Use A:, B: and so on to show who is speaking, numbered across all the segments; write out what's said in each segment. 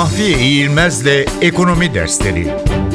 A: Mahfiye İğilmez'le Ekonomi Dersleri.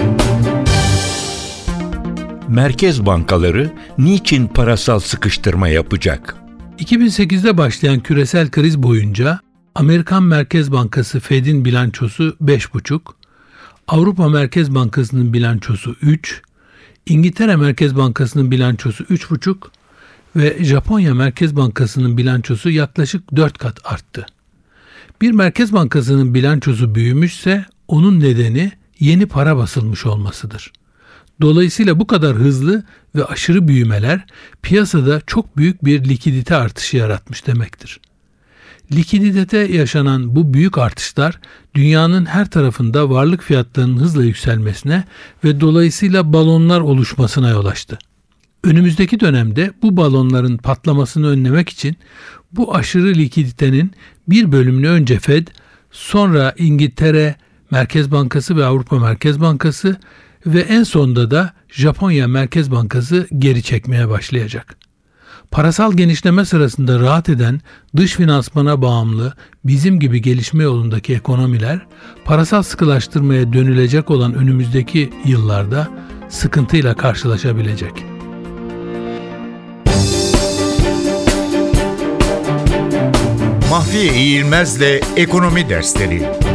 A: Merkez bankaları niçin parasal sıkıştırma yapacak?
B: 2008'de başlayan küresel kriz boyunca Amerikan Merkez Bankası Fed'in bilançosu 5,5, Avrupa Merkez Bankası'nın bilançosu 3, İngiltere Merkez Bankası'nın bilançosu 3,5 ve Japonya Merkez Bankası'nın bilançosu yaklaşık 4 kat arttı. Bir merkez bankasının bilançosu büyümüşse onun nedeni yeni para basılmış olmasıdır. Dolayısıyla bu kadar hızlı ve aşırı büyümeler piyasada çok büyük bir likidite artışı yaratmış demektir. Likiditede yaşanan bu büyük artışlar dünyanın her tarafında varlık fiyatlarının hızla yükselmesine ve dolayısıyla balonlar oluşmasına yol açtı. Önümüzdeki dönemde bu balonların patlamasını önlemek için bu aşırı likiditenin bir bölümünü önce Fed, sonra İngiltere Merkez Bankası ve Avrupa Merkez Bankası ve en sonunda da Japonya Merkez Bankası geri çekmeye başlayacak. Parasal genişleme sırasında rahat eden, dış finansmana bağımlı, bizim gibi gelişme yolundaki ekonomiler, parasal sıkılaştırmaya dönülecek olan önümüzdeki yıllarda sıkıntıyla karşılaşabilecek.
A: Mahfiye İğilmez'le Ekonomi Dersleri.